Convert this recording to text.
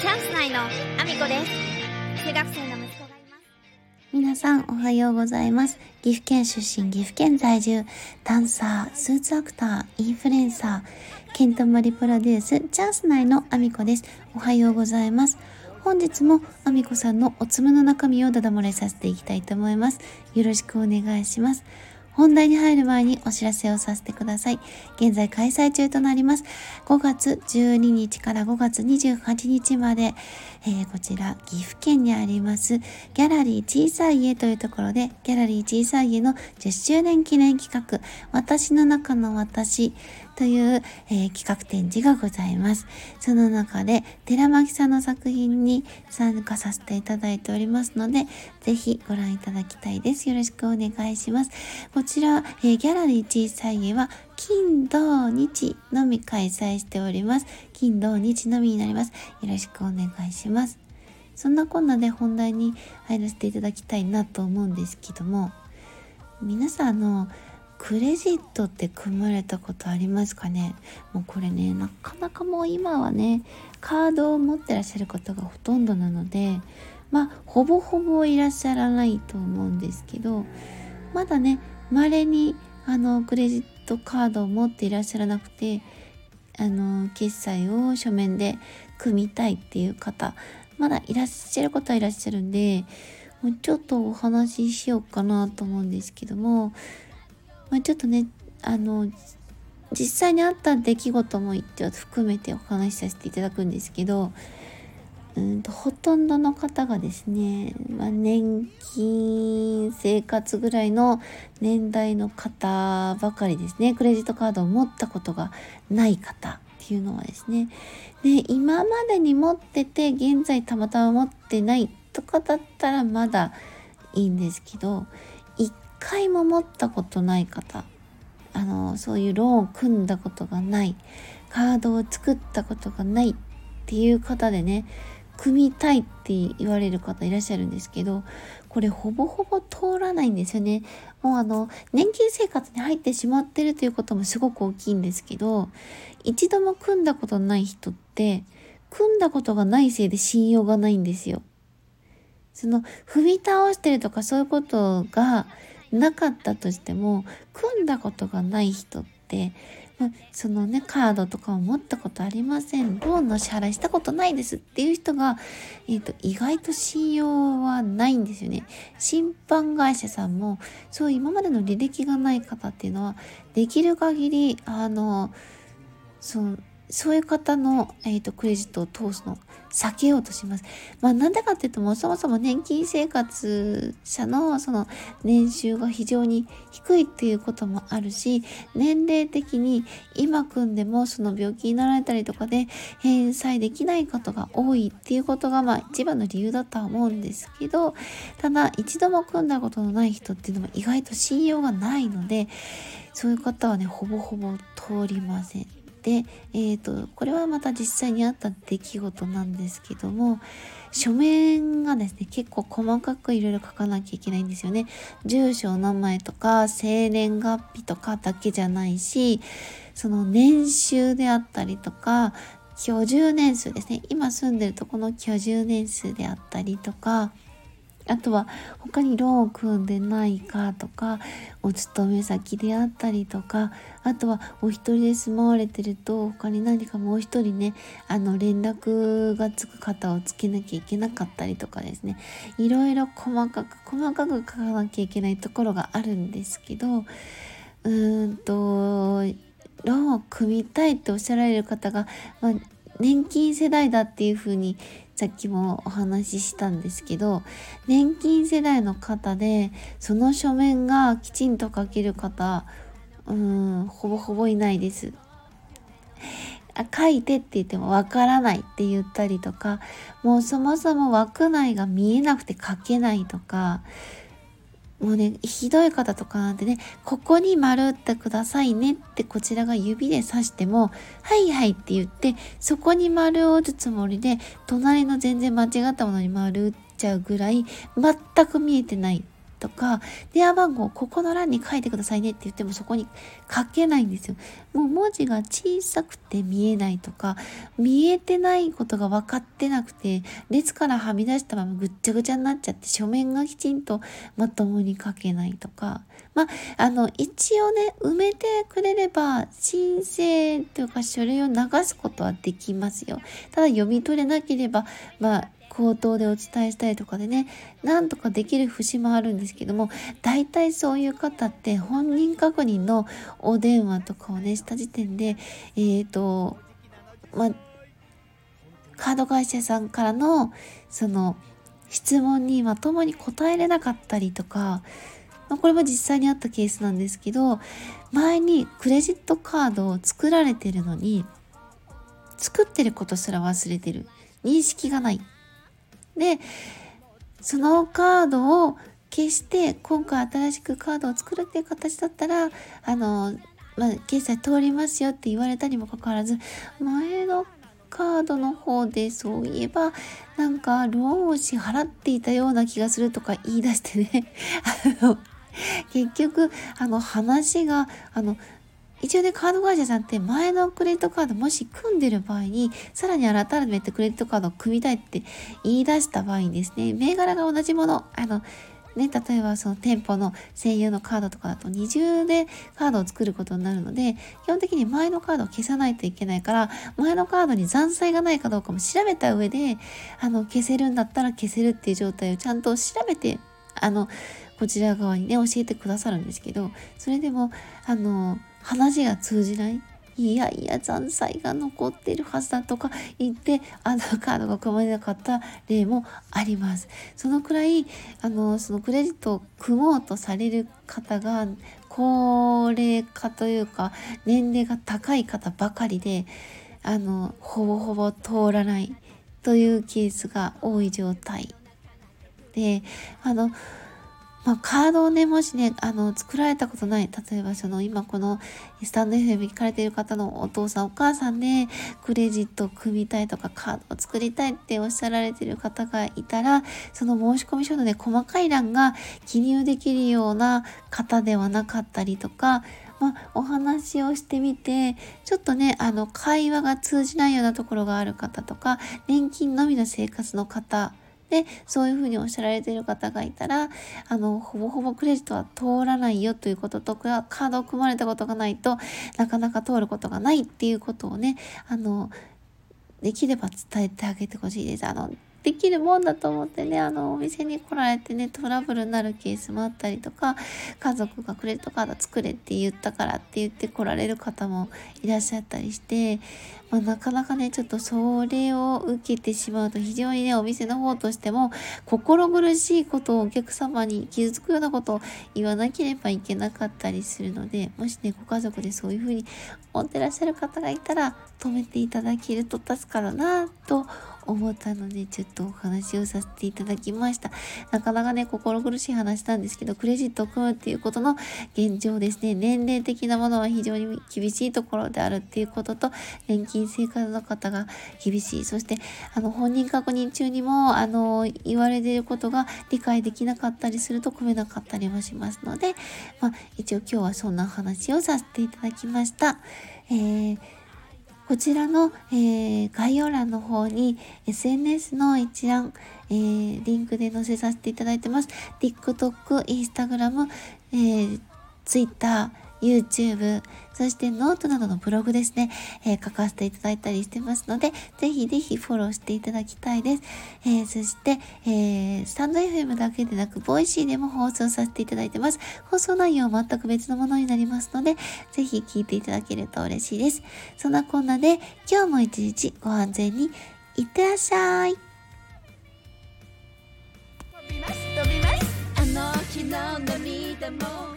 チャンス内のアミコです。中学生の息子がいます。 皆さんおはようございます。岐阜県出身、岐阜県在住、ダンサー、スーツアクター、インフルエンサー、ケントモリプロデュース、チャンス内のアミコです。おはようございます。本日もアミコさんのおつむの中身をダダ漏れさせていきたいと思います。よろしくお願いします。本題に入る前にお知らせをさせてください。現在開催中となります。5月12日から5月28日まで、こちら岐阜県にありますギャラリー小さい家というところで、ギャラリー小さい家の10周年記念企画、私の中の私という、企画展示がございます。その中で寺巻さんの作品に参加させていただいておりますので、ぜひご覧いただきたいです。よろしくお願いします。こちら、ギャラリー小さい家は金土日のみ開催しております。金土日のみになります。よろしくお願いします。そんなこんなで本題に入らせていただきたいなと思うんですけども、皆さんクレジットって組まれたことありますかね。もうこれね、なかなかもう今はね、カードを持ってらっしゃる方がほとんどなので、ほぼほぼいらっしゃらないと思うんですけど、まだね、稀にクレジットカードを持っていらっしゃらなくて、決済を書面で組みたいっていう方、まだいらっしゃる方はいらっしゃるんで、もうちょっとお話ししようかなと思うんですけども、ちょっとね、実際にあった出来事も一応含めてお話しさせていただくんですけど、ほとんどの方がですね、年金生活ぐらいの年代の方ばかりですね。クレジットカードを持ったことがない方っていうのはですね、で今までに持ってて現在たまたま持ってないとかだったらまだいいんですけど、一回も持ったことない方、そういうローンを組んだことがない、カードを作ったことがないっていう方でね、組みたいって言われる方いらっしゃるんですけど、これほぼほぼ通らないんですよね。もう年金生活に入ってしまってるということもすごく大きいんですけど、一度も組んだことない人って、組んだことがないせいで信用がないんですよ。踏み倒してるとかそういうことがなかったとしても、組んだことがない人って、カードとかを持ったことありません、ローンの支払いしたことないですっていう人が、意外と信用はないんですよね。審判会社さんもそう今までの履歴がない方っていうのは、できる限りそういう方の、クレジットを通すのを避けようとします。なんでかっていうと、もうそもそも年金生活者のその年収が非常に低いっていうこともあるし、年齢的に今組んでもその病気になられたりとかで返済できないことが多いっていうことが一番の理由だとは思うんですけど、ただ一度も組んだことのない人っていうのも意外と信用がないので、そういう方はね、ほぼほぼ通りません。で、これはまた実際にあった出来事なんですけども、書面がですね、結構細かくいろいろ書かなきゃいけないんですよね。住所、名前とか生年月日とかだけじゃないし、その年収であったりとか、居住年数ですね。今住んでるとこの居住年数であったりとか、あとは他にローンを組んでないかとか、お勤め先であったりとか、あとはお一人で住まわれてると他に何かもう一人ね、連絡がつく方をつけなきゃいけなかったりとかですね、いろいろ細かく書かなきゃいけないところがあるんですけど、ローンを組みたいっておっしゃられる方が、年金世代だっていうふうにさっきもお話ししたんですけど、年金世代の方でその書面がきちんと書ける方、ほぼほぼいないです。書いてって言ってもわからないって言ったりとか、もうそもそも枠内が見えなくて書けないとか、もうね、ひどい方とかなんてね、ここに丸打ってくださいねってこちらが指で指しても、はいはいって言って、そこに丸を打つつもりで、隣の全然間違ったものに丸打っちゃうぐらい、全く見えてないとか、電話番号ここの欄に書いてくださいねって言ってもそこに書けないんですよ。もう文字が小さくて見えないとか、見えてないことが分かってなくて、列からはみ出したままぐっちゃぐちゃになっちゃって、書面がきちんとまともに書けないとか、一応ね、埋めてくれれば申請というか書類を流すことはできますよ。ただ読み取れなければ、口頭でお伝えしたりとかでね、なんとかできる節もあるんですけども、大体そういう方って本人確認のお電話とかをね、した時点で、カード会社さんからのその質問にまともに答えれなかったりとか、これも実際にあったケースなんですけど、前にクレジットカードを作られてるのに、作ってることすら忘れてる。認識がない。で、そのカードを消して、今回新しくカードを作るっていう形だったら、決済通りますよって言われたにもかかわらず、前のカードの方でそういえばなんかローンを支払っていたような気がするとか言い出してね結局話が一応ね、カード会社さんって前のクレジットカードもし組んでる場合に、さらに改めてクレジットカードを組みたいって言い出した場合にですね、銘柄が同じもの、例えばその店舗の専用のカードとかだと二重でカードを作ることになるので、基本的に前のカードを消さないといけないから、前のカードに残債がないかどうかも調べた上で、消せるんだったら消せるっていう状態をちゃんと調べて、こちら側にね、教えてくださるんですけど、それでも、話が通じない。いや残債が残ってるはずだとか言ってカードが組まれなかった例もあります。そのくらいそのクレジットを組もうとされる方が高齢化というか年齢が高い方ばかりでほぼほぼ通らないというケースが多い状態で、カードをね、もしね、作られたことない、例えば今このスタンド FM 聞かれている方のお父さんお母さんで、クレジットを組みたいとかカードを作りたいっておっしゃられている方がいたら、その申込書のね、細かい欄が記入できるような方ではなかったりとか、お話をしてみて、ちょっとね、会話が通じないようなところがある方とか、年金のみの生活の方、で、そういうふうにおっしゃられている方がいたら、ほぼほぼクレジットは通らないよということとか、カードを組まれたことがないとなかなか通ることがないっていうことをね、できれば伝えてあげてほしいです。できるもんだと思ってね、お店に来られてね、トラブルになるケースもあったりとか、家族がクレジットカード作れって言ったからって言って来られる方もいらっしゃったりして、なかなかね、ちょっとそれを受けてしまうと非常にね、お店の方としても心苦しいことをお客様に傷つくようなことを言わなければいけなかったりするので、もしね、ご家族でそういうふうに思ってらっしゃる方がいたら、止めていただけると助かるなと思ったので、ちょっとお話をさせていただきました。なかなかね、心苦しい話なんですけど、クレジットを組むっていうことの現状ですね、年齢的なものは非常に厳しいところであるっていうことと、年金生活の方が厳しい。そして、本人確認中にも、言われていることが理解できなかったりすると組めなかったりもしますので、一応今日はそんな話をさせていただきました。こちらの、概要欄の方に SNS の一覧、リンクで載せさせていただいてます。TikTok、Instagram、Twitter、YouTube、そしてノートなどのブログですね、書かせていただいたりしてますので、ぜひぜひフォローしていただきたいです。そして、スタンド FM だけでなく、ボイシーでも放送させていただいてます。放送内容は全く別のものになりますので、ぜひ聞いていただけると嬉しいです。そんなこんなで、今日も一日ご安全にいってらっしゃい。 飛びます飛びますあの日の涙も